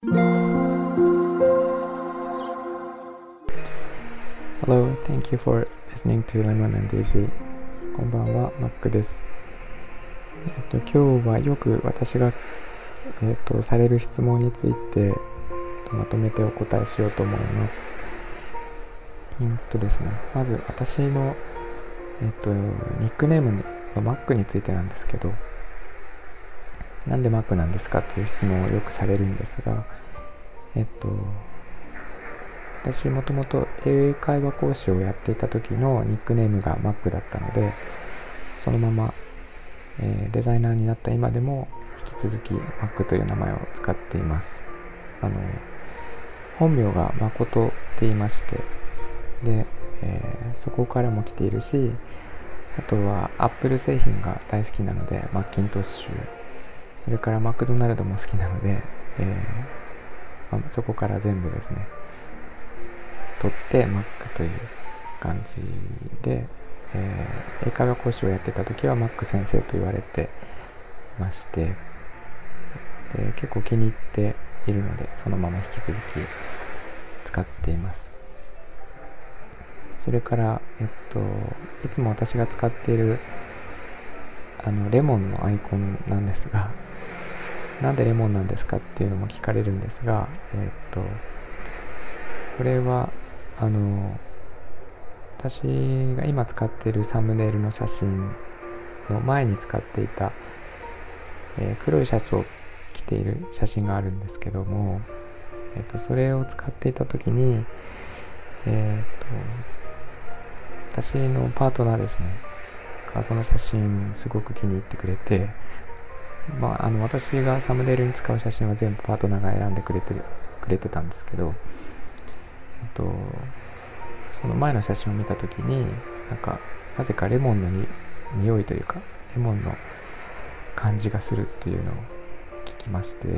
Hello, thank you for listening to Lemon and Daisy. こんばんは、マックです。今日はよく私が、される質問についてまとめてお答えしようと思います。ですね、まず私の、ニックネームのマックについてなんですけど、なんでマックなんですかという質問をよくされるんですが、私もともと英会話講師をやっていた時のニックネームがマックだったので、そのまま、デザイナーになった今でも引き続きマックという名前を使っています。本名が誠って言いまして、で、そこからも来ているし、あとはアップル製品が大好きなのでマッキントッシュ、それからマクドナルドも好きなので、そこから全部ですね取ってマックという感じで、英会話講師をやってた時はマック先生と言われていまして、で結構気に入っているのでそのまま引き続き使っています。それから、いつも私が使っているレモンのアイコンなんですが、なんでレモンなんですかっていうのも聞かれるんですが、これは私が今使っているサムネイルの写真の前に使っていた、黒いシャツを着ている写真があるんですけども、それを使っていた時に、私のパートナーですねがその写真すごく気に入ってくれて、私がサムネイルに使う写真は全部パートナーが選んでくれてたんですけど、その前の写真を見たときになぜかレモンの匂いというかレモンの感じがするっていうのを聞きまして、で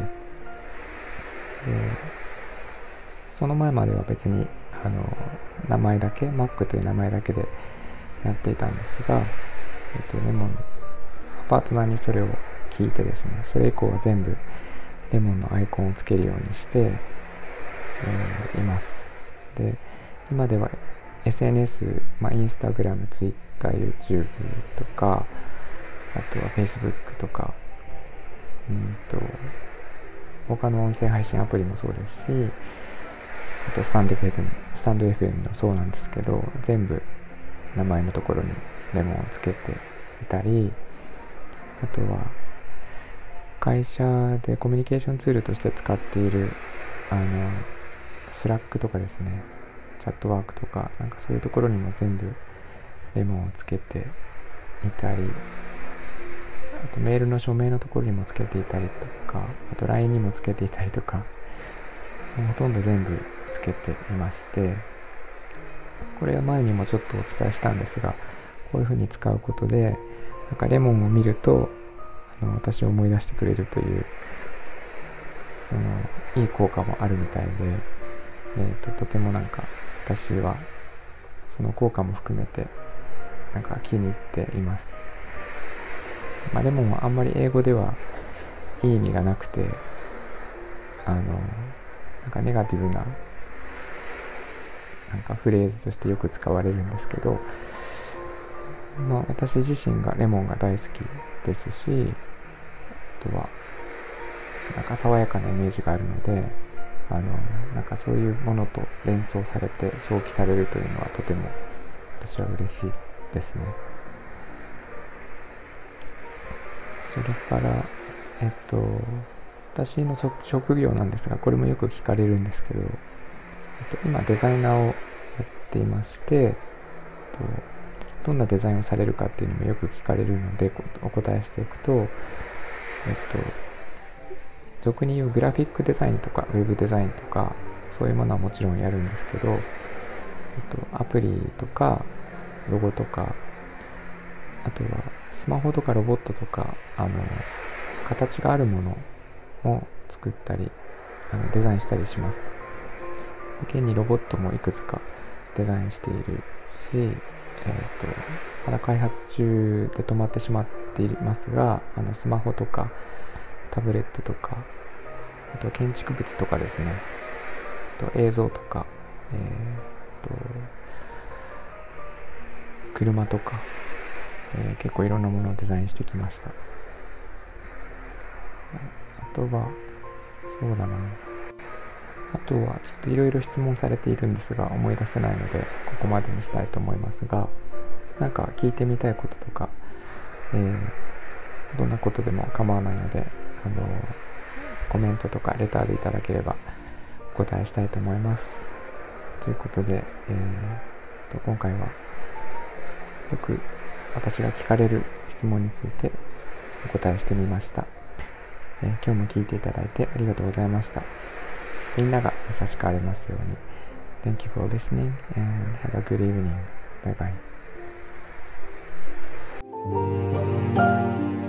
その前までは別に名前だけマックという名前だけでやっていたんですが、レモンパートナーにそれを聞いてですね、それ以降は全部レモンのアイコンをつけるようにして、います。で今では SNS、インスタグラム、ツイッター、YouTube とか、あとは Facebook とか、他の音声配信アプリもそうですし、あとスタンド FM もそうなんですけど、全部名前のところにレモンをつけていたり、あとは会社でコミュニケーションツールとして使っているスラックとかですね、チャットワークとかそういうところにも全部レモンをつけていたり、あとメールの署名のところにもつけていたりとか、あと LINE にもつけていたりとか、ほとんど全部つけていまして、これは前にもちょっとお伝えしたんですが、こういう風に使うことでレモンを見ると私を思い出してくれるといういい効果もあるみたいで、とても私はその効果も含めて気に入っています。レモンはあんまり英語ではいい意味がなくて、ネガティブなフレーズとしてよく使われるんですけど、私自身がレモンが大好きですし、あとは爽やかなイメージがあるので、そういうものと連想されて想起されるというのはとても私は嬉しいですね。それから私の職業なんですが、これもよく聞かれるんですけど、今デザイナーをやっていまして、どんなデザインをされるかっていうのもよく聞かれるのでお答えしておくと、俗に言うグラフィックデザインとかウェブデザインとかそういうものはもちろんやるんですけど、アプリとかロゴとか、あとはスマホとかロボットとか形があるものも作ったりデザインしたりします。現にロボットもいくつかデザインしているし、まだ開発中で止まってしまっていますが、スマホとかタブレットとかあと建築物とかですね、あと映像とか、車とか、結構いろんなものをデザインしてきました。あとはそうだな、あとはちょっといろいろ質問されているんですが思い出せないのでここまでにしたいと思いますが、なんか聞いてみたいこととか、どんなことでも構わないので、コメントとかレターでいただければお答えしたいと思います。ということで、今回はよく私が聞かれる質問についてお答えしてみました。今日も聞いていただいてありがとうございました。みんなが優しくありますように。Thank you for listening and have a good evening. Bye bye.